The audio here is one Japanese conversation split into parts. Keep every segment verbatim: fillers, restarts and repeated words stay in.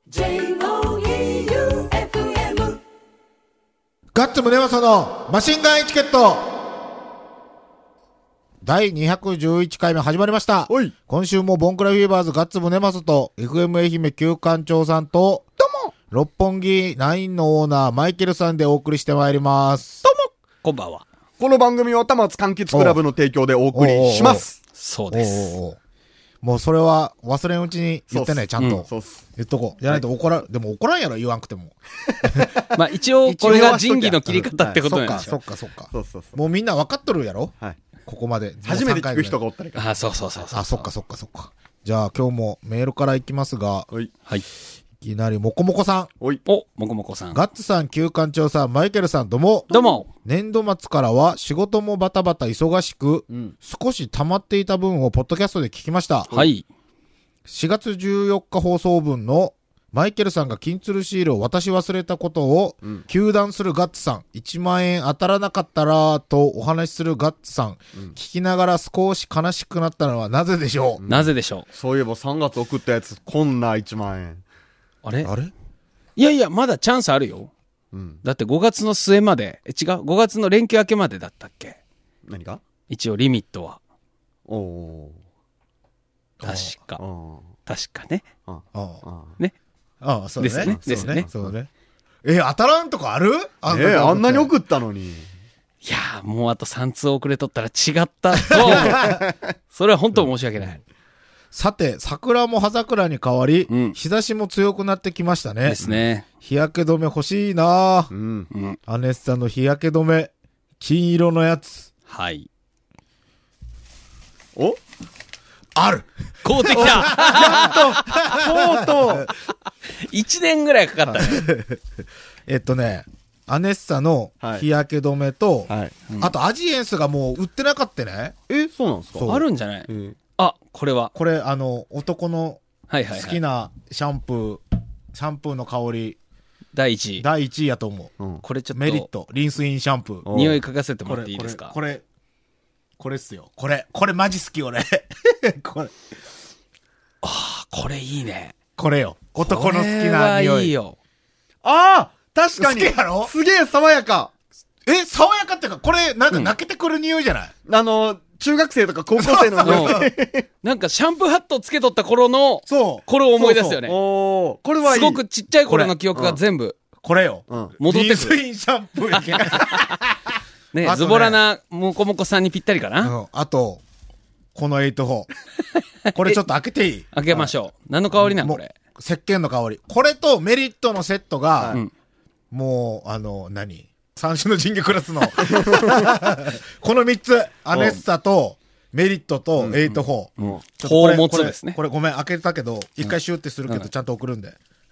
ジェイオーイーユーエフエムガッツムネマソのマシンガンエチケットだいにひゃくじゅういちかいめ始まりました。 おい今週もボンクラフィーバーズガッツムネマソと エフエム 愛媛旧館長さんとどうも六本木ナインのオーナーマイケルさんでお送りしてまいります。 どうもこんばんは。 この番組は玉津柑橘クラブの提供でお送りします。 そうです。 おうおうおうもうそれは忘れんうちに言ってね、ちゃんと。 そうっす。 言っとこう。じゃないと怒ら、でも怒らんやろ、言わんくても。 まあ一応これが仁義の切り方ってことそっか、 なんでしょ。 そっか、そっか。 そうそうそう。 もうみんな分かっとるやろはい。 ここまで。 初めて聞く人がが。 おったりか。 あ、そうそうそうそう。 あ、そっか、そっか、そっか。じゃあ今日もメールからいきますが、 おい。 はい。 いきなりもこもこさん、 おい。 お、もこもこさん。 ガッツさん、旧館長さん、マイケルさん、どうも。 どうも。 年度末からは仕事もバタバタ忙しく、 うん。 少し溜まっていた分をポッドキャストで聞きました。 はい。 しがつじゅうよっか放送分のマイケルさんが金鶴シールを渡し忘れたことをうん糾弾するガッツさん、いちまんえん当たらなかったらとお話しするガッツさん、 うん聞きながら少し悲しくなったのはなぜでしょう、 なぜでしょそういえばさんがつ送ったやつ、こんないちまんえん。 う。あれあれいやいや、まだチャンスあるよ。 うん。 だってごがつの末まで、え、違う ?ご 月の連休明けまでだったっけ何が一応リミットは。 おー。 確か。 あ確かね。 ああ。 あね。 ああ、そうだね。 ですねそうね。そうね。え、当たらんとかあるあえー、あんなに送ったのに。 いやー、もうあとさん通遅れとったら違ったと思う。それは本当申し訳ない。 さて、桜も葉桜に変わり、 うん日差しも強くなってきましたね。 ですね。 日焼け止め欲しいなぁ。 うん。 うん。 アネッサの日焼け止め、金色のやつ。 はい。 おある買うてきたとうとう一年ぐらいかかったね。 えっとね、アネッサのはい日焼け止めと、 はい。 あとアジエンスがもう売ってなかったね。 え、そうなんですかそうあるんじゃないえーあ、これは。 これ、あの、男のはいはいはい。 好きなシャンプー、シャンプーの香り、 第一位。 だいいちいやと思う。 うん。 これちょっと。 メリット、リンスインシャンプー。 お匂い嗅がせてもこれ、 らっていいですかこれ、これ、これっすよ。これ、これマジ好き俺。これ、 あ、これいいね。 これよ。男の好きこれなは匂い。 いいよ。 ああ確かに好きやろすげえ爽やかえ、爽やかっていうか、これ、なんか泣けてくる匂いじゃない、 あの、中学生とか高校生の匂い。 なんかシャンプーハットつけとった頃の、 そう。 これを思い出すよね。 おー。これはいい。 すごくちっちゃい頃の記憶が全部これよ。 うん。 戻ってくる。 リンスインシャンプーやけんね、 あとねズボラなモコモコさんにぴったりかな。 うん。あと、このエイトフォー。これちょっと開けていい開けましょう。何の香りなんもうこれ。 石鹸の香り。これとメリットのセットが、 うんもう、あの、何三種の神器クラスの。この三つ。アネッサと、メリットと、エイトフォー。 もちょっとこれ宝物ですねこれ、これごめん、開けたけど、一回シューってするけど、 うんちゃんと送るんで。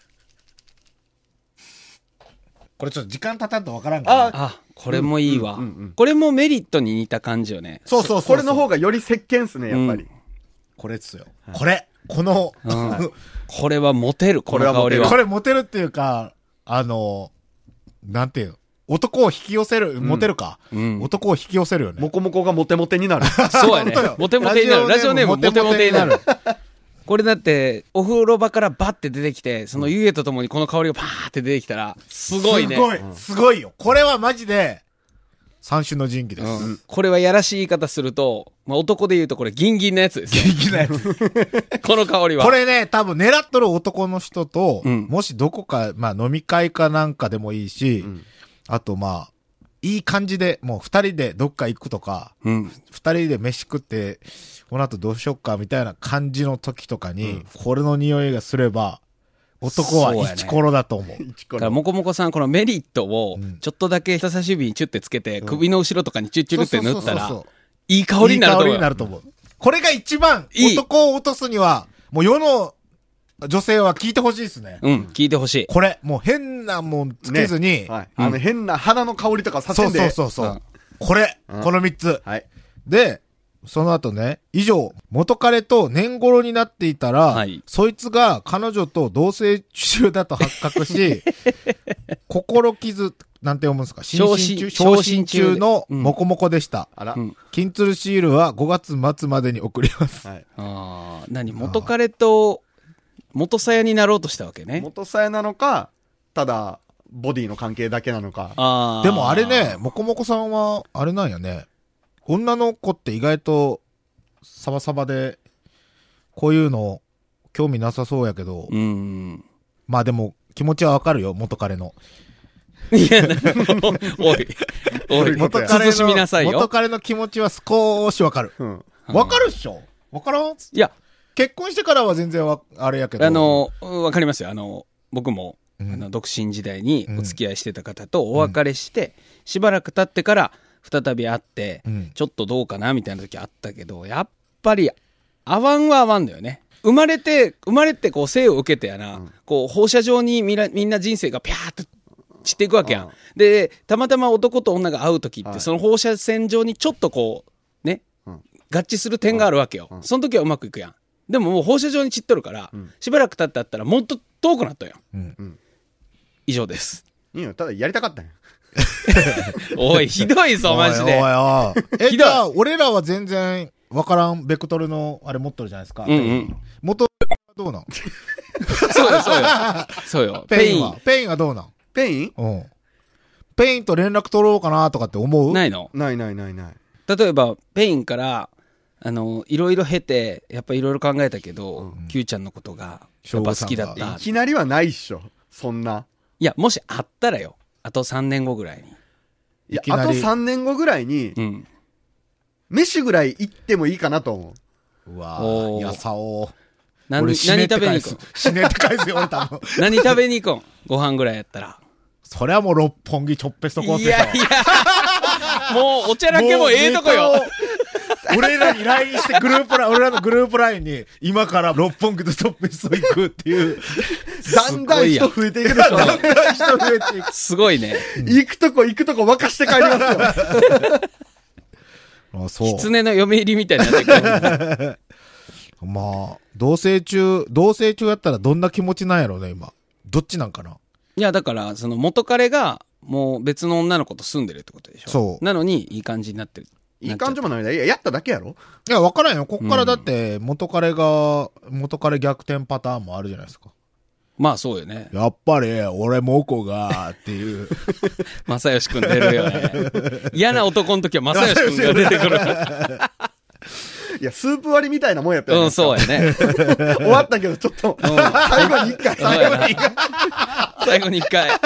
これちょっと時間経たんとわからんから。 あ、これもいいわうんうんうんうん。 これもメリットに似た感じよね。 そうそうそう。 これの方がより石鹸っすね、やっぱり。 これっすよ。これ。この、 うんこれはモテる、この香りは。 これモテるっていうか、あの、なんていうの男を引き寄せる、モテるか、 うん男を引き寄せるよね。 モコモコがモテモテになる。 そうやね本当よ。 モテモテになる。ラジオネームモテモテになる。 る。 これだって、お風呂場からバッて出てきて、その湯気とともにこの香りがパーって出てきたら、すごいね。 すごい、すごいよ。これはマジで、三種の神器です。 うんこれはやらしい言い方すると、まあ、男で言うとこれギンギンのやつですよ。 元気なやつ。 この香りは。 これね、多分狙っとる男の人と、 うんもしどこか、まあ飲み会かなんかでもいいし、 うんあとまあ、いい感じで、もう二人でどっか行くとか、 うん。 二人で飯食って、この後どうしよっかみたいな感じの時とかに、これの匂いがすれば、男はそうやねイチコロだと思う。 一だから、もこもこさん、このメリットをうん、 ちょっとだけ人差し指にチュッてつけて、首の後ろとかにチュッチュルって塗ったらそうそうそうそう、 いい香りになると思うよ。 いい香りになると思う。これが一番、 いい男を落とすには、もう世の女性は聞いてほしいですね。 うん、聞いてほしい。 これ、もう変なもんつけずに、 はい。 うんあの、変な花の香りとかさせそうんで。 そうそうそう、 うんこれ、 うんこの三つ。 はい。 で、その後ね、以上、元彼と年頃になっていたら、 はいそいつが彼女と同棲中だと発覚し、心傷、なんて読むんですか昇進心身中昇進昇進中のうんモコモコでした。 あら。 うん金鶴シールはごがつ末までに送ります。 はい。 ああ、何元彼と元さやになろうとしたわけね。 元さやなのか、ただ、ボディの関係だけなのか。 あでもあれね、もこもこさんは、あれなんやね。女の子って意外と、サバサバで、こういうの、興味なさそうやけど、 うん。 まあでも、気持ちはわかるよ、元彼の。 いや、おい、おい、 元彼慎みなさいの、元よ。 彼の気持ちは少しわかる。 うん。 わかるっしょわからんいや、 結婚してからは全然わ、あれやけど。 あの、わかりますよ。あの、僕も、 うんあの、独身時代にお付き合いしてた方とお別れして、しばらく経ってから再び会って、 うんちょっとどうかなみたいな時あったけど、やっぱり、合わんは合わんだよね。生まれて、生まれてこう生を受けてやな、こう放射状にみんな、みんな人生がピャーっと散っていくわけやん。で、たまたま男と女が会う時って、 はいその放射線上にちょっとこう、ね、 うん合致する点があるわけよ。その時はうまくいくやん。でももう放射状に散っとるから、しばらく経ってあったらもっと遠くなったよ。 うん以上です。 いいよ、ただやりたかったんよ。 おい、ひどいぞ、マジで。 おいおいおいえ、 ひどいじゃあ、俺らは全然、わからん、ベクトルの、あれ持っとるじゃないですか。 うんうん。 元、どうなんそうよ、そうよ。そうよ。ペインペインは、ペインはどうなんペインうん。ペインと連絡取ろうかなとかって思うないの。 ないないないない。 例えば、ペインから、あの、いろいろ経て、やっぱいろいろ考えたけど、キューちゃんのことが、やっぱ好きだっ翔たい。きなりはないっしょ。そんな。 いや、もしあったらよ。あとさんねんごぐらいに。 いやいきなりあとさんねんごぐらいに、 うん。 飯ぐらい行ってもいいかなと思う。 うわおーぁ、やさお。 何、 俺何死ねって返食べに行くん。 す死ねって返すよ、俺多分。 何食べに行くんご飯ぐらいやったら。 そりゃもう六本木ちょっぺストコースでしょいやいや、もうおちゃらけもええとこよ。 もうネタを俺らに ライン してグループライン、俺らのグループラインに、今から六本木でストップスト行くっていう。 だんだん人増えていくでしょ。 だんだん人増えていく。 すごいね。 行くとこ行くとこ沸かして帰りますよ。 あ、そう。 狐の嫁入りみたいになってくる。 まあ、同棲中、同棲中やったらどんな気持ちなんやろうね、今。どっちなんかないや、だから、その元彼が、もう別の女の子と住んでるってことでしょ。 そうなのに、いい感じになってる。 いい感じもないんだ。いや、やっただけやろ。 いや、わからんよ。こっからだって、元彼が、元彼逆転パターンもあるじゃないですか。 まあそうよね。 やっぱり、俺もこが、っていう。 正義くん出るよね。嫌な男の時は正義くんが出てくる。 いや、スープ割りみたいなもんやったよ、 うん、そうやね。 終わったけど、ちょっと、最後に一回、最後に一回。 最後に一回。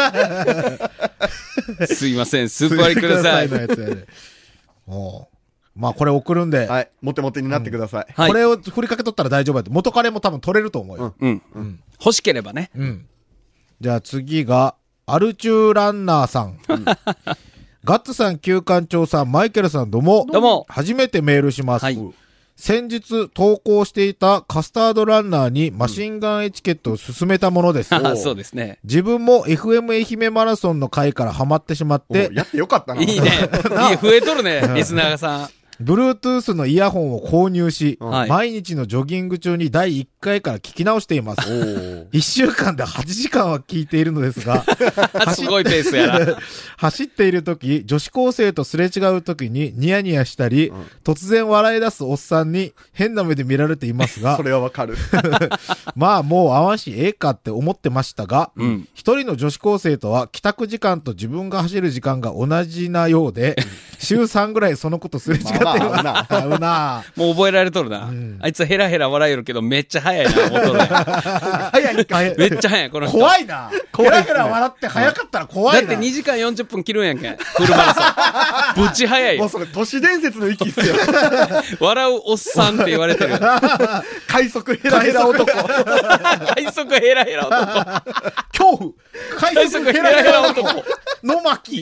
すいません、スープ割りください。 のやつやで。おうまあ、これ送るんで、 はい。モテモテになってください。 はいこれを振りかけとったら大丈夫やと。元彼も多分取れると思うよ。 うん。欲しければね。 うん。じゃあ次が、アルチューランナーさん。ガッツさん、旧館長さん、マイケルさん、どうも。 どうも初めてメールします。 はい先日投稿していたカスタードランナーにマシンガンエチケットを勧めたものです。 あそうですね。 自分も エフエム 愛媛マラソンの回からハマってしまってお、やってよかったな。 いいね。いい、増えとるね、リスナーさん。 Bluetooth のイヤホンを購入し、 はい毎日のジョギング中にだいいっかいから聞き直しています。 おーいっしゅうかんではちじかんは聞いているのですが、 すごいペースやな。 走っている時、女子高生とすれ違う時にニヤニヤしたり、突然笑い出すおっさんに変な目で見られていますがそ、れはわかる。 まあもう合わんしええかって思ってましたが、 うん。 一人の女子高生とは帰宅時間と自分が走る時間が同じなようで、週さんぐらいそのことすれ違っています。 まあまあ合うなもう覚えられとるな。あいつヘラヘラ笑えるけどめっちゃ早いな、音で。 早いか。 めっちゃ早い、この人。 怖いな。ヘラヘラ笑って早かったら怖いな。 だってにじかんよんじゅっぷん切るんやんけん。フルマラソン。ぶち早いよ。 もうそれ、都市伝説の域っすよ。 笑うおっさんって言われてる。 快速ヘラヘラ男。 快速ヘラヘラ男。 恐怖快快速ヘラヘラ男。 の巻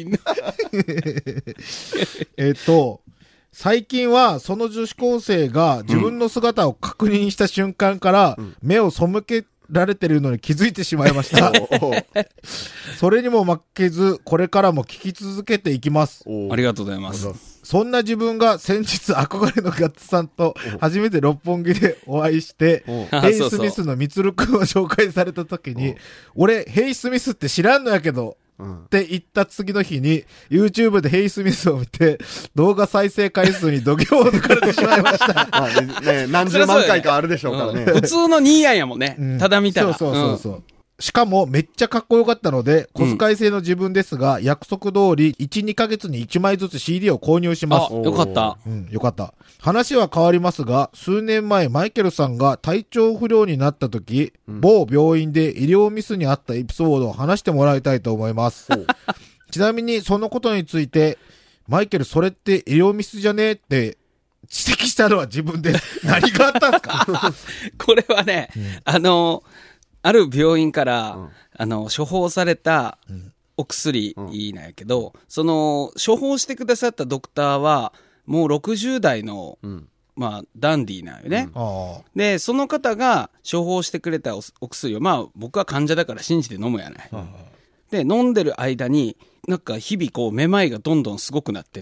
えっと、最近はその女子高生が自分の姿を確認した瞬間から目を背けられてるのに気づいてしまいました。それにも負けず、これからも聞き続けていきます。 ありがとうございます。 そんな自分が先日憧れのガッツさんと初めて六本木でお会いして、ヘイ・スミスのミツル君を紹介された時に、俺、ヘイ・スミスって知らんのやけど、 って言った次の日に YouTube でヘイスミスを見て動画再生回数に度肝を抜かれてしまいました。 まあね、ね、何十万回かあるでしょうからね。 うん、普通のニーヤンやもんね。 うん、 ただ見たら。 そうそうそうそう。うん、しかもめっちゃかっこよかったので、コス改正の自分ですが、うん、約束通りいち、にかげつにいちまいずつ シーディー を購入します。 あ、よかった。 うん、よかった。話は変わりますが、数年前マイケルさんが体調不良になった時、うん、某病院で医療ミスにあったエピソードを話してもらいたいと思います。ちなみにそのことについて、マイケルそれって医療ミスじゃねえって指摘したのは自分で何があったんですか？ これはね、うん、あの、ある病院から、うん、あの、処方されたお薬なんやけど、うん、その、処方してくださったドクターは、もうろくじゅう代の、うん、まあ、ダンディーなんよね、うん。で、その方が処方してくれた お, お薬を、まあ、僕は患者だから信じて飲むやない。うん、で、飲んでる間に、なんか日々こう、めまいがどんどんすごくなってって、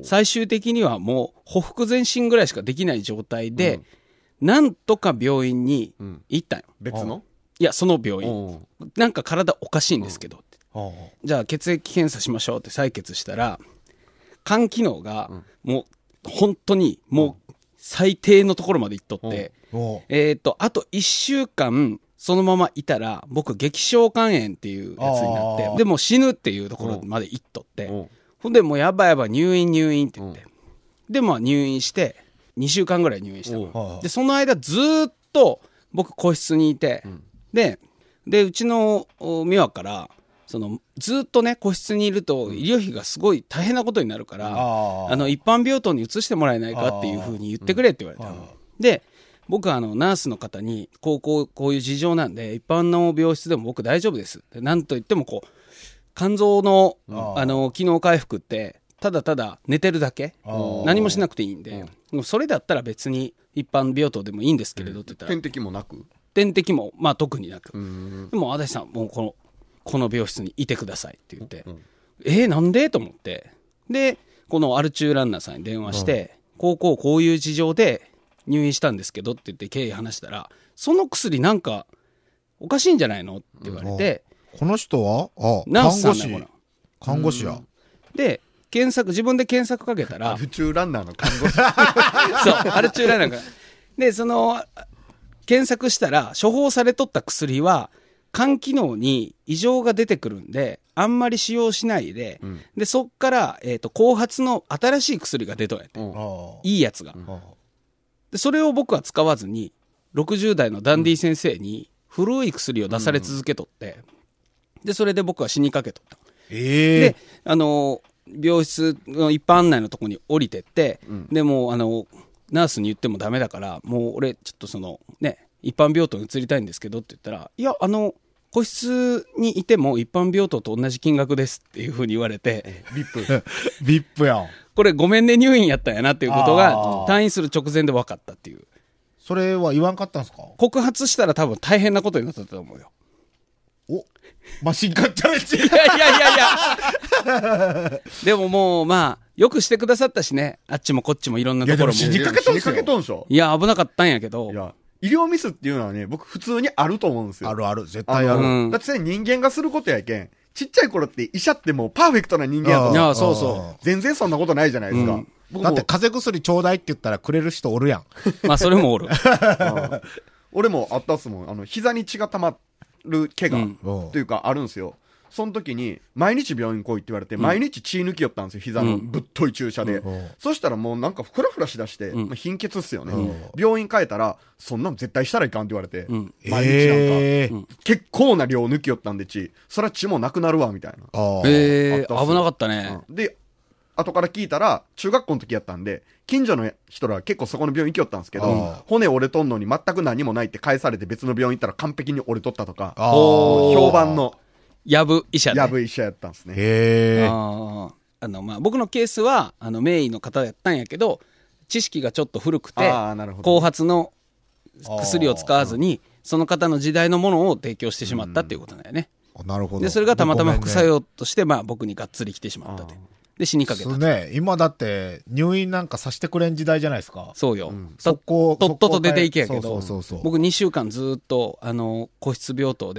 最終的にはもう、ほふく前進ぐらいしかできない状態で、うん、なんとか病院に行ったんよ。 うん、別のいや、その病院。なんか体おかしいんですけどって。じゃあ血液検査しましょうって採血したら、肝機能がもう本当にもう最低のところまでいっとって、えっと、あといっしゅうかんそのままいたら、僕激小肝炎っていうやつになって、でも死ぬっていうところまでいっとって、ほんでもうやばいやばい入院入院って言って、でまあ入院して、にしゅうかんぐらい入院した。で、その間ずっと僕個室にいて、で、で、うちの美和から、その、ずっとね、個室にいると、医療費がすごい大変なことになるから、あの、一般病棟に移してもらえないかっていうふうに言ってくれって言われたの。で、僕はあの、ナースの方に、こう、こう、こういう事情なんで、一般の病室でも僕大丈夫です。で、なんと言ってもこう、肝臓の、あの、機能回復って、ただただ寝てるだけ、何もしなくていいんで、それだったら別に一般病棟でもいいんですけれどって言ったら、 点滴もなく点滴も、まあ、特になく、でも足立さんもうこのこの病室にいてくださいって言って、うん、えー、なんでと思って、でこのアルチューランナーさんに電話して、うん、こうこうこういう事情で入院したんですけどって言って経緯話したら、その薬なんかおかしいんじゃないのって言われて、 うん、この人はあナースさんだもの看護師や、うん、 で検索自分で検索かけたらアルチューランナーの看護師そうアルチューランナーがでその検索したら処方されとった薬は肝機能に異常が出てくるんであんまり使用しないで、うん、でそっから、えーと、後発の新しい薬が出とんやって、うん、いいやつが、うん、でそれを僕は使わずにろくじゅう代のダンディ先生に古い薬を出され続けとって、うん、でそれで僕は死にかけとった、 えー、 であの病室の一般案内のとこに降りてって、うん、でもあのナースに言ってもダメだからもう俺ちょっとそのね一般病棟に移りたいんですけどって言ったら、いやあの個室にいても一般病棟と同じ金額ですっていう風に言われて、 ビップビップやん。 これごめんね入院やったんやなっていうことが退院する直前で分かったっていう。 それは言わんかったんですか？ 告発したら多分大変なことになったと思うよ。 おマシンガンチャレンジ。いやいやいやいやでももうまあよくしてくださったしね、あっちもこっちもいろんなところも。 いやでも死にかけとんすよ。死にかけとんでしょ。 いや危なかったんやけど。 いや医療ミスっていうのはね、僕普通にあると思うんですよ。 あるある、絶対ある。 あだってそれ人間がすることやけん、ちっちゃい頃って医者ってもうパーフェクトな人間やと思う。 いや、そうそう。 全然そんなことないじゃないですか。うん、 僕だって風邪薬ちょうだいって言ったらくれる人おるやん。 まあそれもおる。 俺もあったっすもん。あの、膝に血が溜まる怪我というかあるんですよ。その時に毎日病院来いって言われて、うん、毎日血抜きよったんですよ、膝のぶっとい注射で、うん、そしたらもうなんかフラフラしだして、うんまあ、貧血っすよね、うん、病院変えたらそんなの絶対したらいかんって言われて、うん、毎日なんか、えー、結構な量抜きよったんで血そりゃ血もなくなるわみたいな。 あえー、危なかったね、 うん、で後から聞いたら中学校の時やったんで近所の人らは結構そこの病院行きよったんですけど、骨折れとんのに全く何もないって返されて別の病院行ったら完璧に折れとったとか評判のやぶ医者で。 やぶ医者やったんですね。 へー。 ああの、まあ、僕のケースは、あの、名医の方やったんやけど、知識がちょっと古くて、後発の薬を使わずに、その方の時代のものを提供してしまったっていうことだよね。 なるほど。 で、それがたまたま副作用として、まあ、僕にがっつり来てしまったと。で、死にかけた。 ね、今だって入院なんかさせてくれん時代じゃないですか。 そうよ。うん、 そこ、 とっとと出ていけやけど、 そうそうそうそう僕にしゅうかんずっと、あの、個室病棟で、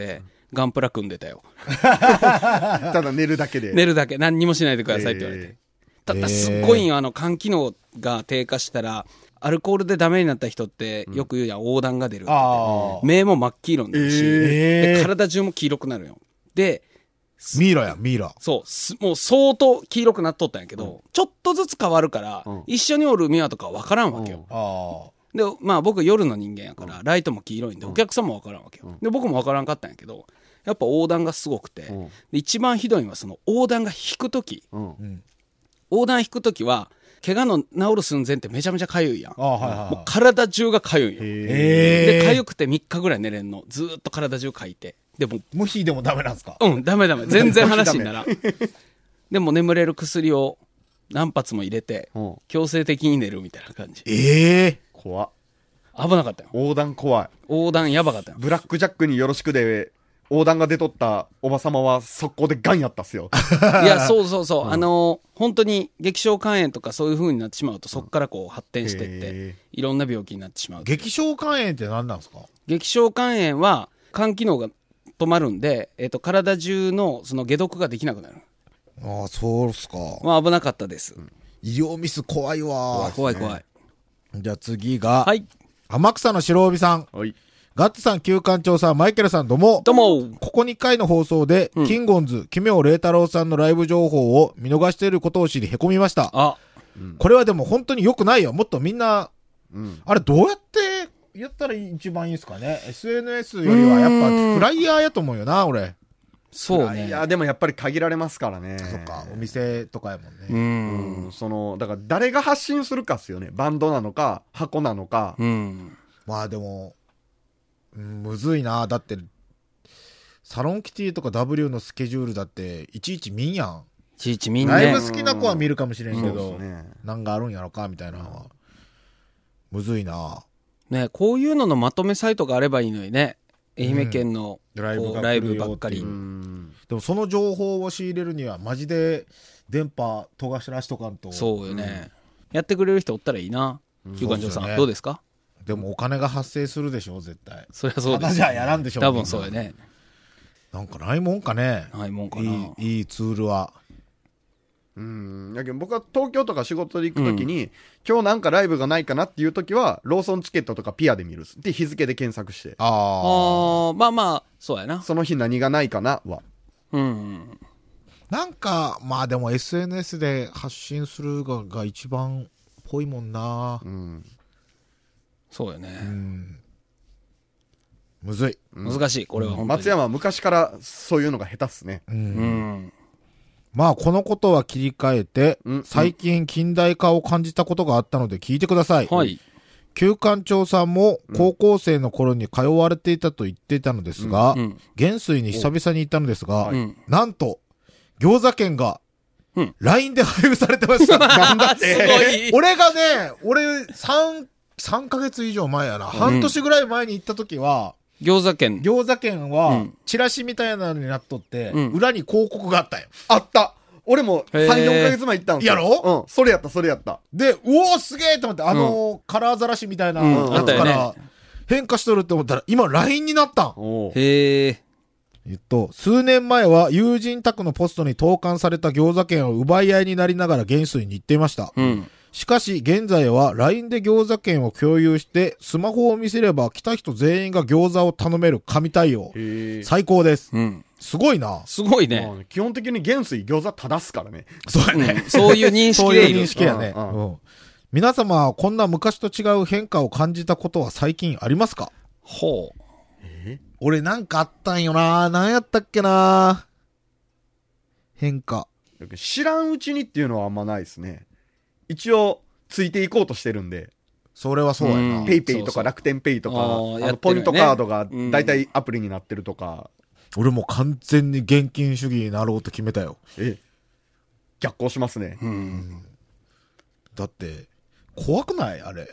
ガンプラ組んでたよ。 ただ寝るだけで。 寝るだけ。何にもしないでくださいって言われて。 えただすっごいんよ、あの、肝機能が低下したら、アルコールでダメになった人ってよく言うやん、黄疸が出るって。 ああ。 目も真っ黄色になるし、 えーで体中も黄色くなるよ。で、 ミイラや、ミイラ。 そうす、もう相当黄色くなっとったんやけど、ちょっとずつ変わるから、 うん一緒におるミワとか分からんわけよ。 ああ。 で、まあ僕夜の人間やから、ライトも黄色いんで、お客さんも分からんわけよ。で、僕も分からんかったんやけど、やっぱ横断がすごくて、 うんで一番ひどいのはその横断が引くとき、 うんうん。 横断引くときは、怪我の治る寸前ってめちゃめちゃ痒いやん。 ああ、はいはいもうはい。 体中が痒いんよ。 えで、 え。 痒くてみっかぐらい寝れんの。ずーっと体中痒いて。でも、 無比でもダメなんですか？ うん、ダメダメ。全然話にならん。でも眠れる薬を何発も入れて、 うん強制的に寝るみたいな感じ。 ええ。 怖っ。 危なかったよ。 横断怖い。 横断やばかったよ。 ブラックジャックによろしくで、横断が出とったおばさまは速攻でガンやったっすよ。 いや、そうそうそう。あのー本当に激小肝炎とかそういう風になってしまうと、そこからこう発展してってへ、 いろんな病気になってしまう。 激小肝炎って何なんですか？ 激小肝炎は肝機能が止まるんで、えっ、と、体中のその解毒ができなくなる。 ああ、そうっすか。 まあ危なかったです。 医療ミス怖いわ。 怖い怖い。 じゃあ次が、 はい。 天草の白帯さん、 はい。 ガッツさん、旧館長さん、マイケルさん、どうも。 どうも。 ここにかいの放送で、 うんキンゴンズ、奇妙麗太郎さんのライブ情報を見逃していることを知り、へこみました。 あ、 これはでも本当に良くないよ。もっとみんな、 うん。 あれどうやってやったら一番いいんですかね。エスエヌエス よりはやっぱフライヤーやと思うよな、俺。 そうね。 いや、でもやっぱり限られますからね。 そっか、お店とかやもんう。 ね。 うんん。その、だから誰が発信するかっすよね。バンドなのか、箱なのか。 うん。 まあでも、うんむずいな。だって、サロンキティとか ダブリュー のスケジュールだって、いちいち見んやん。 いちいちみんなねライブ。好きな子は見るかもしれんけそうど、 ですね。 なんかあるんやろか、みたいなのは。むずいな。 ね、こういうののまとめサイトがあればいいのにね。愛媛県のうんライブがこうライブ来るよばっかりっていうう。 ん。 でもその情報を仕入れるには、マジで電波、とがしらしとかんと。 そうよね。やってくれる人おったらいいな。旧館長さん、 そうですよねどうですか？ でもお金が発生するでしょ、絶対。 そりゃそうです。 ただじゃやらんでしょ。 多分そうよね。 なんかないもんかね。 ないもんかな。 いい、いいツールは。 うん。だけど僕は東京とか仕事で行くときに、今日なんかライブがないかなっていうときは、ローソンチケットとかピアで見るっす。で、日付で検索して。 あああ、まあまあ、そうやな。 その日何がないかなは。 うん。 あ。なんか、まあでも エスエヌエス で発信するがが一番ぽいもんなう。ん。 そうよね。 うん。むずい。 難しい、これは本当に。 松山は昔からそういうのが下手っすね。 うんうん。 まあこのことは切り替えて、 うん最近近代化を感じたことがあったので聞いてください。 はい。 旧館長さんも高校生の頃に通われていたと言っていたのですが、 うん。 元帥に久々に行ったのですが、 うん。 なんと、餃子券がうんライン で配布されてました。なんだっすて。 ごい。 俺がね、俺3、3ヶ月以上前やな。半年ぐらい前に行った時は、 餃子券。 餃子券うはん、 チラシみたいなのになっとって、 うん裏に広告があったよ。 あった俺もへーさん、よんかげつまえ行ったんすよ。 やろうん。それやった、それやった。 で、うおーすげえと思って、あのーカラーざらしみたいなうんやつかあったら変化しとるって思ったら、今 ライン になったん。 おうへえ。 えっと、数年前は友人宅のポストに投函された餃子券を奪い合いになりながら元帥に行っていました。 うん。 しかし現在は ライン で餃子券を共有してスマホを見せれば来た人全員が餃子を頼める神対応。 へえ。 最高です。 うん。 すごいな。 すごいね。 まあ基本的に元帥餃子正すからね。 そうやうんそういう認識でいるそういう認。識やね。 うんうんうん皆様はこんな昔と違う変化を感じたことは最近ありますか？ ほう。 俺なんかあったんよな。何やったっけな。変化。 知らんうちにっていうのはあんまないですね。一応、ついていこうとしてるんで、 それはそうやな。 うんペイペイとそうそうか楽天ペイとか、 あーあのやってるよねポイントカードがうんだいたいアプリになってるとか、 俺もう完全に現金主義になろうと決めたよ。 え、逆行しますね。 うん。 だって、怖くないあれ。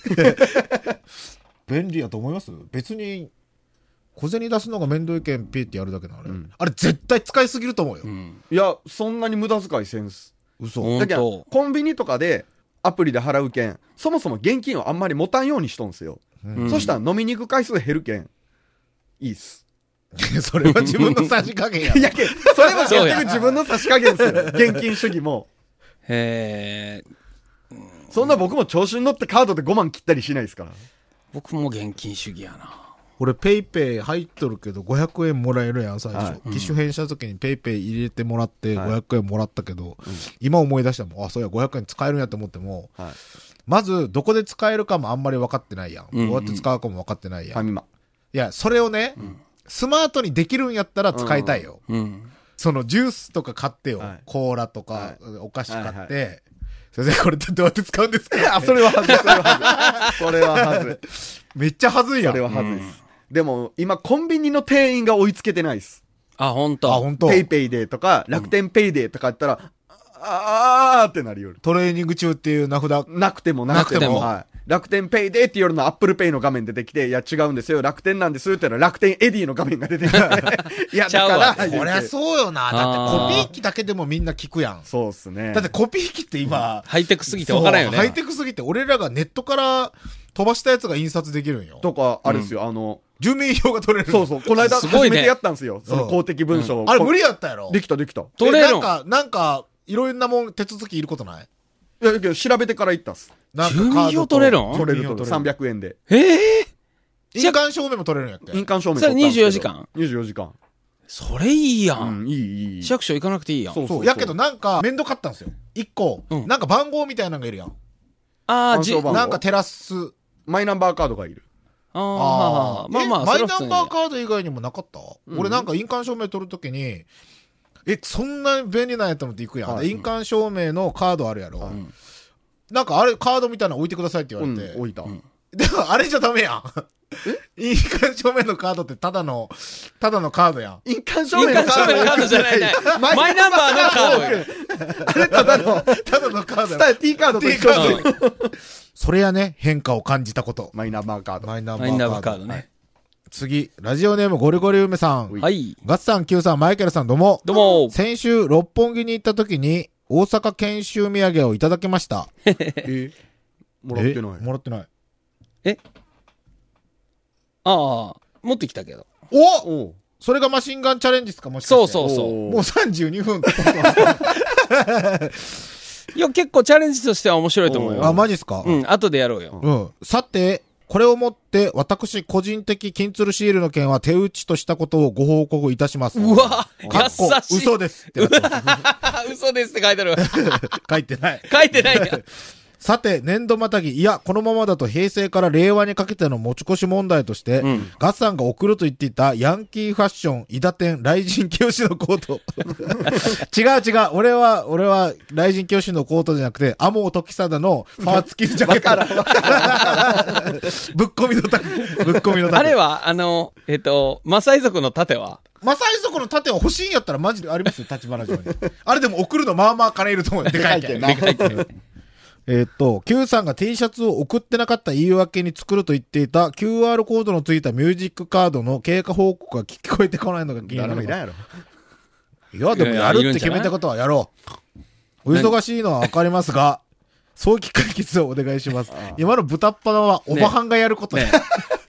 便利やと思います別に、小銭出すのが面倒いけんピーってやるだけなのあれ。 うんあれ絶対使いすぎると思うよ。 うん。 いや、そんなに無駄遣いせんす。 嘘。 ほんだけどと、 コンビニとかでアプリで払うけん、そもそも現金をあんまり持たんようにしとんすよ。 うんそしたら飲みに行く回数減るけん、いいっす。 それは自分の差し加減や。 いやけど、それも結局自分の差し加減ですよ。現金主義も。 へえ。 そんな僕も調子に乗ってカードでごまん切ったりしないですから。 僕も現金主義やな。 俺ペイペイ入っとるけどごひゃくえんもらえるやん最初、 はい機種変した時にペイペイ入れてもらってはいごひゃくえんもらったけど、今思い出したもん、あそうやごひゃくえん使えるんやと思っても、 はい。 まずどこで使えるかもあんまり分かってないやん、 うんうんどうやって使うかも分かってないやん、 ファミマ。 いやそれをね、スマートにできるんやったら使いたいよ、 うん。 そのジュースとか買ってよ、 はいコーラとか、 はいお菓子買って、 はいは先生これってどうやって使うんですかあ、それははずい、それははずい。それははずい。 めっちゃはずいやんそれははずいです。でも、今、コンビニの店員が追いつけてないです。 あ、ほんと。 あ本当ペイペイでとか、楽天ペイでとか言ったら、あーってなるよ。 トレーニング中っていう名札なくてもなくても。 なくてもはい。楽天ペイでっていうのアップルペイの画面出てきて、いや違うんですよ、楽天なんですって言ったら楽天エディの画面が出てきて、いや、 ちゃうわだから、 こりゃそうよな。だってあーコピー機だけでもみんな聞くやん。 そうっすね。 だってコピー機って今、 ハイテクすぎてわからんよね。 そうハイテクすぎて、俺らがネットから飛ばしたやつが印刷できるんよ。 とか、あれですよ、あの、 住民票が取れる。 そうそう、この間すごいね初めてやったんですよ。その公的文書を。 あれ無理やったやろできたできた。い取れるのえなんか、なんか、いろんなもん手続きいることないや、だけど調べてから行ったっす。 なんか住民票取れるん取れるとさんびゃゃくえんで。 ええ印鑑証明も取れるんやっけ印鑑証明それ取ったんですけどにじゅうよじかん ? にじゅうよじかん。 それいいや。 うんん、いい、いい。 市役所行かなくていいやん。 そうそう。やけどなんか、めんどかったんですよ。一個、 うんなんか番号みたいなのがいるやん。 ああ、じ、あ暗証番号なんか照らす。 マイナンバーカードがいる。 あー、まあまあ、 えマイそれは普通にナンバーカード以外にもなかった、 うん俺なんか印鑑証明取るときに、え、そんな便利なんやと思って行くやん。 はい印鑑証明のカードあるやろ。 はいなんかあれ、カードみたいなの置いてくださいって言うん、 われて。 置いた。 でもあれじゃダメやん。印鑑証明のカードってただの、ただのカードやん。 印鑑証印明の鑑証明のカードじゃないね。マイナンバーのカードよ。 あれただの、 ただのカードスやん。 ター T カードと一 T 緒カーですド。それやね、変化を感じたこと。 マイナンバーカード。 マイナンバマイナンーカード。 バーカードね。 次、ラジオネームゴリゴリ梅さん。 はい。 ガッツさん、Q さん、マイケルさん、どうも。 どうも。 先週、六本木に行った時に、大阪研修土産をいただきました。 えもらってない。 えもらってない。 ああ、持ってきたけど。 おおうそれがマシンガンチャレンジですかもしかして。 そうそうそう。 おうもうさんじゅうにふん。 いや、結構チャレンジとしては面白いと思うよ。 あ、マジっすかうん、後でやろうよ。 うん。さて、これをもって、私個人的金鶴シールの件は手打ちとしたことをご報告いたします。 うわかっこ優しい。 嘘ですってなってます嘘ですって書いてある。 書いてない。 書いてないや。 さて、年度またぎ、いや、このままだと平成から令和にかけての持ち越し問題として、 うんガッサンが送ると言っていたヤンキーファッション、伊田天、雷神清のコート。違う違う。俺は、俺は、雷神清のコートじゃなくて、アモ時貞のファー付きジャケット。ぶっ込みのタク。ぶっ込みのタク。 あれは、あの、えっと、マサイ族の盾はマサイ族の盾を欲しいんやったらマジでありますよ、立花城に。あれでも送るのまあまあ金いると思うよ。でかいけん。 でかいけんえーっと、Q さんが T シャツを送ってなかった言い訳に作ると言っていた キューアール コードのついたミュージックカードの経過報告が聞こえてこないのが気になるのか。 誰もいらんやろ。 いや、でもやるって決めたことはやろう。お忙しいのはわかりますが、早期解決をお願いします。今の豚っ鼻はおばはんがやることね。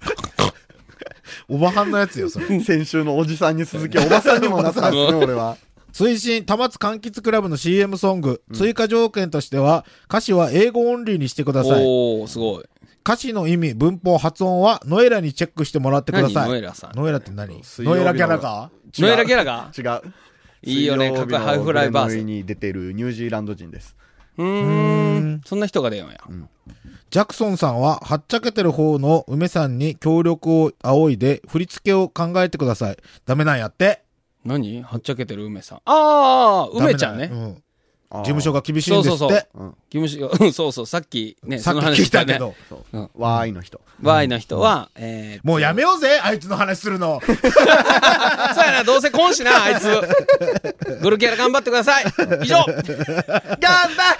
おばはんのやつよ、それ。 先週のおじさんに続き、おばさんにもなったんですね、俺は。 推進、多摩津柑橘クラブの シーエム ソング、追加条件としては、歌詞は英語オンリーにしてください。 おー、すごい。 歌詞の意味、文法、発音は、ノエラにチェックしてもらってください。 何ノエラさん。 ノエラって何水曜日のノエラギャラかノエラギャラが違う。 いいよね、 水曜日の各ハイフライバース。 グレノイに出てるニュージーランド人です。 うーん。そんな人が出よんや。 ジャクソンさんは、はっちゃけてる方の梅さんに協力を仰いで、振り付けを考えてください。ダメなんやって。 何はっちゃけてる梅さん。ああ、梅ちゃんねダ。メなんやうん事事務所が厳しいんですって。 そうそうそううん。 事務所、うんそうそう、さっきね、 さっきその話したね。 聞いたけど。 そううん。 わーいの人。 バイの人は、えー、 もうやめようぜ、あいつの話するの。 そうやな、どうせ来んしな、あいつ。グルキャラ頑張ってください。以上。 ガンバ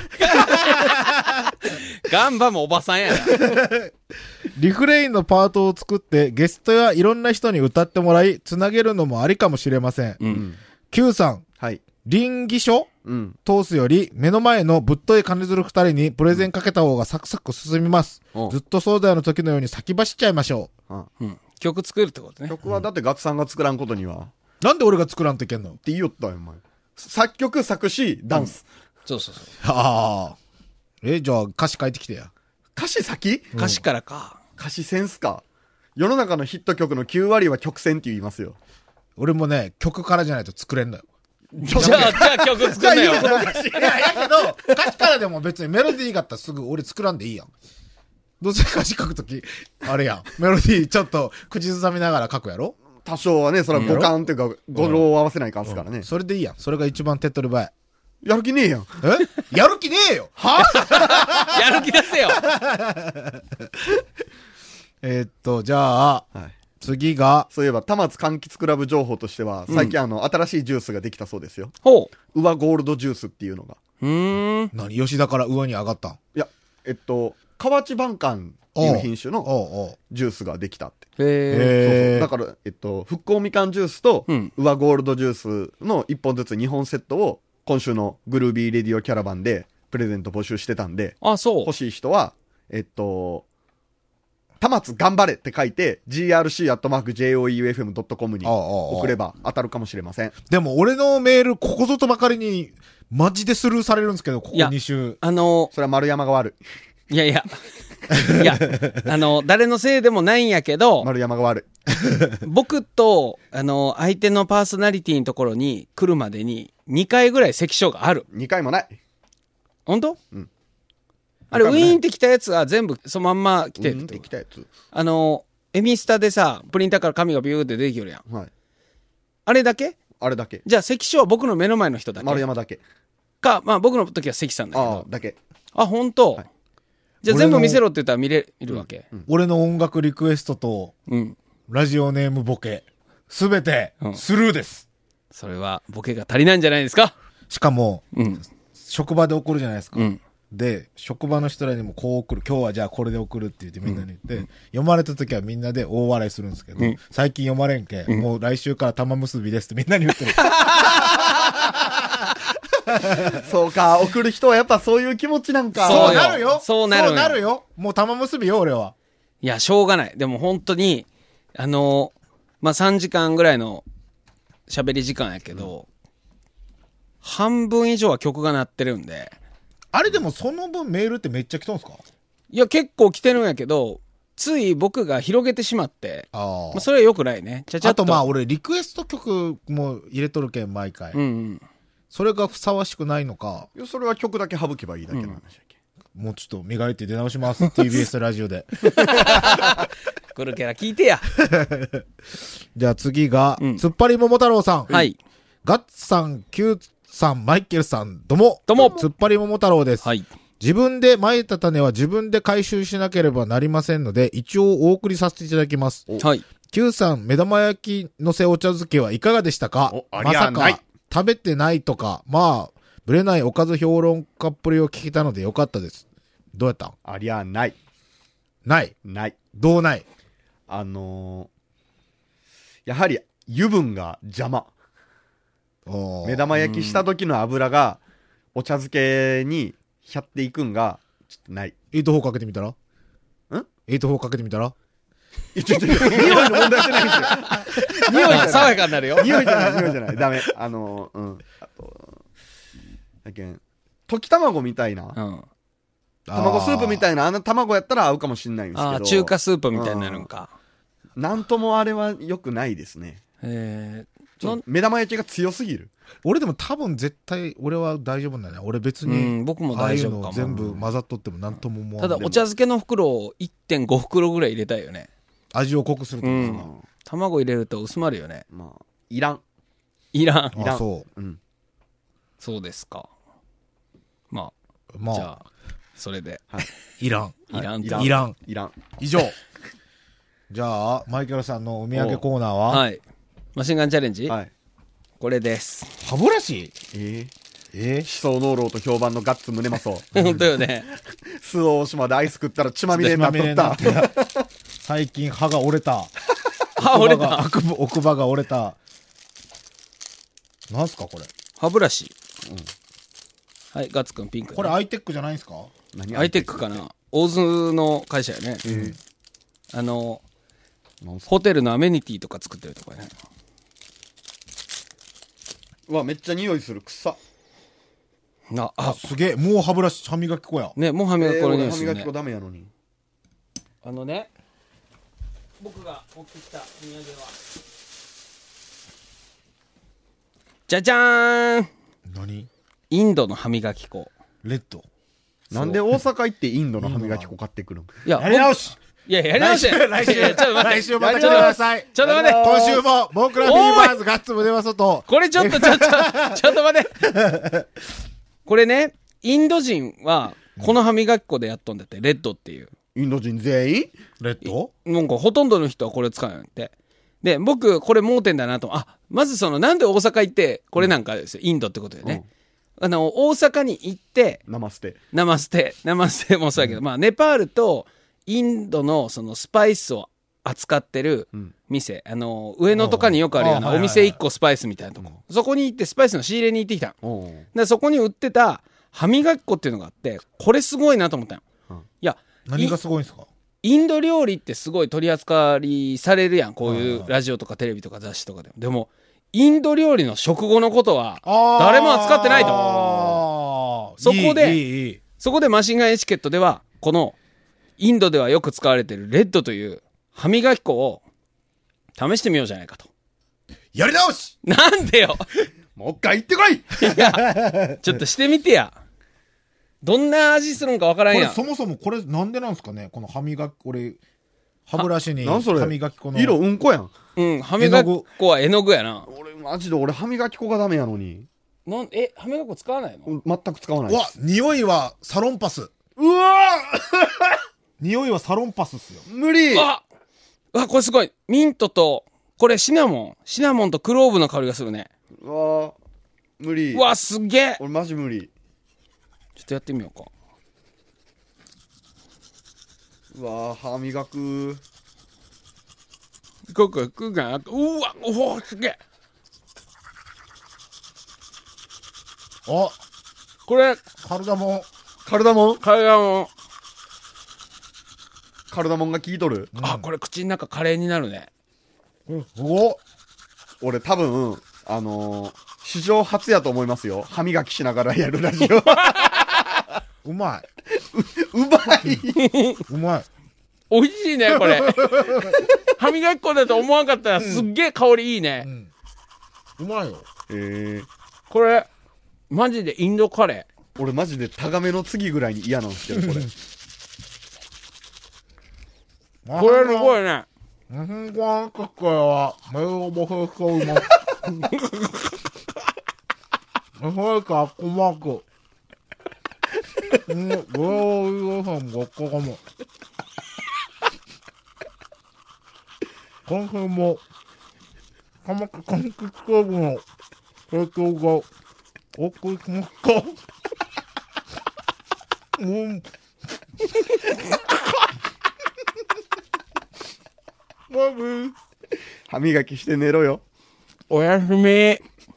ガンバもおばさんやな。 リフレインのパートを作って、ゲストやいろんな人に歌ってもらい、つなげるのもありかもしれません。 うん。 Q さん、 はい。 臨議書うん。 通すより、目の前のぶっとい金づる二人にプレゼンかけた方がサクサク進みます。 うんずっとそうだよの時のように先走っちゃいましょあうん。 曲作るってことね。 曲はだってガッツさんが作らんことには。 なんで俺が作らんといけんの？ って言いよったよ、お前。作曲、作詞、ダンス。 そうそうそう。 ああ。え、じゃあ歌詞書いてきてや。 歌詞先？ 歌詞からか。 歌詞センスか。世の中のヒット曲のきゅう割は曲線って言いますよ。 俺もね、曲からじゃないと作れんのよ。 じゃあ、じゃあ曲作んなよ。 いや、やけど、歌詞からでも別にメロディーがあったらすぐ俺作らんでいいやん。どうせ歌詞書くとき、あれやん。メロディーちょっと口ずさみながら書くやろ？ 多少はね、それは五感っていうか、語呂を合わせないかんすからね。 それでいいやん。それが一番手っ取り早い。 やる気ねえやん。 えやる気ねえよはやる気出せよ。 えーっと、じゃあ、 はい。 次が、 そういえば、田松柑橘クラブ情報としては、最近あの、新しいジュースができたそうですよ。 ほうわゴールドジュースっていうのが。 う。うーん。 何吉田から上に上がったん？ いや、えっと、河内晩柑っていう品種のおうおうジュースができたって。 へえ。 そうそうへだから、えっと、復興みかんジュースと、 うんうわゴールドジュースのいっぽんずつにほんセットを、今週のグルービーレディオキャラバンでプレゼント募集してたんで、 あ、そう欲。しい人は、えっと、田松頑張れって書いて、ジーアールシー アットマーク ジェイオーイーエフエム ドットコム にああああ送れば当たるかもしれません。 でも俺のメール、ここぞとばかりに、マジでスルーされるんですけど、ここいやに週。 あの、 それは丸山が悪い。 いやいや。いや、あの、誰のせいでもないんやけど、 丸山が悪い。 僕と、あの、相手のパーソナリティのところに来るまでににかいぐらい関所がある。 にかいもない。 本当？ うんあれ、ウにかいもないィーンって来たやつは全部そのまんま来てうんっるっててきたやつ。 あの、エミスタでさ、プリンターから紙がビューって出てきよるやん。 はい。 あれだけ？ あれだけ。 じゃあ関所は僕の目の前の人だけ丸山だけ。 か、まあ僕の時は関さんだけああど、。 だけ。 あ、本当？ はいじゃあ全部見せろって言ったら見れるわけ。 俺の音楽リクエストと、 うん。 ラジオネームボケ、すべてうん、 スルーです。 それはボケが足りないんじゃないですか？ しかも、 うん。 職場で送るじゃないですか。 うん。 で、職場の人らにもこう送る。今日はじゃあこれで送るって言ってみんなに言って、読まれた時はみんなで大笑いするんですけど、 うん最近読まれんけ、もう来週から玉結びですってみんなに言ってる。 そうか、送る人はやっぱそういう気持ちなんか。 そうよなるよそうなるよそうなるよもう玉結びよ、俺は。 いや、しょうがない。でも本当に、あの、まあ、さんじかんぐらいの喋り時間やけど、半分以上は曲が鳴ってるんで、 あれでもその分メールってめっちゃ来たんすか？ いや、結構来てるんやけど、つい僕が広げてしまって、 あまあ、それは良くないね。ちゃちゃっと。 あとまあ俺リクエスト曲も入れとるけん毎回、 うんうん。 それがふさわしくないのか、 いやそれは曲だけ省けばいいだけの話だっけ。 もうちょっと磨いて出直します。ティービーエス ラジオで。 来るキャラ聞いてや。 じゃあ次が、 うん突っ張り桃太郎さん。 はい。 ガッツさん、キューさん、マイケルさん、どうも。 どうも突っ張り桃太郎です。 はい。 自分で蒔いた種は自分で回収しなければなりませんので、一応お送りさせていただきます。 はい。 Q さん、目玉焼きのせお茶漬けはいかがでしたか？ おありまさゃないか食べてないとか、まあ、ぶれないおかず評論家っぷりを聞けたのでよかったです。どうやったん？ ありゃない。 ない。 ない。 どうない？ あのー、やはり油分が邪魔。 おー目玉焼きした時の油がお茶漬けにひゃっていくんがちょっとない。 エイトフォーかけてみたら？ んエイトフォーかけてみたら？ いやちょちょ匂いの問題じゃないんですよ。匂いじゃない。 爽やかになるよ。 匂いじゃない、匂いじゃない。ダメ。あのー、うん。あと、だけん、溶き卵みたいな、 うん。 卵スープみいたいな、あの卵やったら合うかもしんないんですけど。 ああ、中華スープみたいになるんか。 なんともあれは良くないですね。 えー、 ちょっと目玉焼きが強すぎる。 俺でも多分絶対俺は大丈夫なんだよ。俺別うにん、僕も大丈夫かああいうの全も。 部混ざっとってもなんとも思わただ、 ない。 お茶漬けの袋をいってんご袋ぐらい入れたいよね。 味を濃くするとかうさん卵入れると薄まるよね。 まあ、いらん。 いらん。 いらんあ、そうん。 そうですか。まう。まあ、じゃあ、 あ、それで。 いらん。 いらんと。 いらんいらん。 いらん。 以上。じゃあ、マイケルさんのお土産コーナーははい。マシンガンチャレンジ、 はい。 これです。 歯ブラシえええ思想濃漏と評判のガッツ胸マソ。 本当よね。 周防大島でアイス食ったら血まみれになっとった。 最近歯が折れた。 歯折れた。 奥歯が奥歯が折れた。なんすかこれ。 歯ブラシ。はい、ガッツくんピンク、ね。 これアイテックじゃないんすか？ 何アイテックかな。大津の会社やね。 えあの、 なんすかホテルのアメニティとか作ってるとこやね。 うわめっちゃ匂いする臭っ。 な、 あ、 あ、 すげえ。もう歯ブラシ、歯磨き粉や。 ね、もう歯磨き粉のえー俺匂いするね。 歯磨き粉ダメやのに。 あのね、僕が持ってきた土産は、じゃじゃーん、 何？ インドの歯磨き粉。 レッド。 なんで大阪行ってインドの歯磨き粉買ってくるん？ いや、 やり直し。 いや、やり直して。 来週、来週、 いやちょっと待って。 来週また来てください。 ちょっと待って。 今週も、ボンクラフィーバーズガッツムネマソと、 これちょっと、ちょっと、ちょっと待って。これね、インド人は、この歯磨き粉でやっとんだって、レッドっていう。 インド人全員？ レッド？ なんかほとんどの人はこれ使うんやって。で、僕、これ盲点だなと。あ、まずその、なんで大阪行って、これなんかですよ。インドってことでね。あの、大阪に行って、 ナマステ。 ナマステ、ナマステもそうやけど、まあ、ネパールとインドのそのスパイスを扱ってる店、あの、上野とかによくあるようなあはいはいはいお店いっこスパイスみたいなとこ。そこに行ってスパイスの仕入れに行ってきたの。 おうで、そこに売ってた歯磨き粉っていうのがあって、これすごいなと思ったの。 うんいや、 何がすごいんですか？ インド料理ってすごい取り扱いされるやん。こういうラジオとかテレビとか雑誌とかでも。でも、インド料理の食後のことは、誰も扱ってないと。 とそこでいいいいいいそこでマシンガンエチケットでは、このインドではよく使われているレッドという歯磨き粉を試してみようじゃないかと。 やり直し。 なんでよもう一回行ってこい。 いや、ちょっとしてみてや。どんな味するんかわからんやん。 これそもそもこれなんでなんですかね？この歯磨き、俺、歯ブラシになんそれ？ 歯磨き粉の。 色うんこやん。 うん、歯磨き粉は絵の具やな。 俺マジで俺歯磨き粉がダメやのに。 なんえ、歯磨き粉使わないの？ うん全く使わないうわ、匂いはサロンパス。 うわ匂いはサロンパスっすよ。 ー無理。 うわうわ、これすごい。ミントと、これシナモン。シナモンとクローブの香りがするね。 うわー無理。 うわ、すげえ。 俺マジ無理。 ちょっとやってみようか。 うわー歯磨く。 ここ、くが、うわ、おお、すげえ。 あ、 これ、 カルダモン。 カルダモン体も、 カルダモンが効いとる。 あ、これ口の中カレーになるね。 うん、すごっ。 俺多分あのー、史上初やと思いますよ。歯磨きしながらやるラジオ。 うまい。 うまい。 うまい。 美味しいね、これ。歯磨き粉だと思わんかったらすっげえ香りいいね。 うまいよ。 えー、 これ、マジでインドカレ俺マジでタガメの次ぐらいに嫌なんですけど、これ。 ー。これすごいね。 うん、この時は、メロボフソウマ。それか、細く。うん、これを言うさんごっこかも。今週も、かまく柑橘クラブの提供がお送りしました。うん。バイバイ。 歯磨きして寝ろよ。 おやすみ。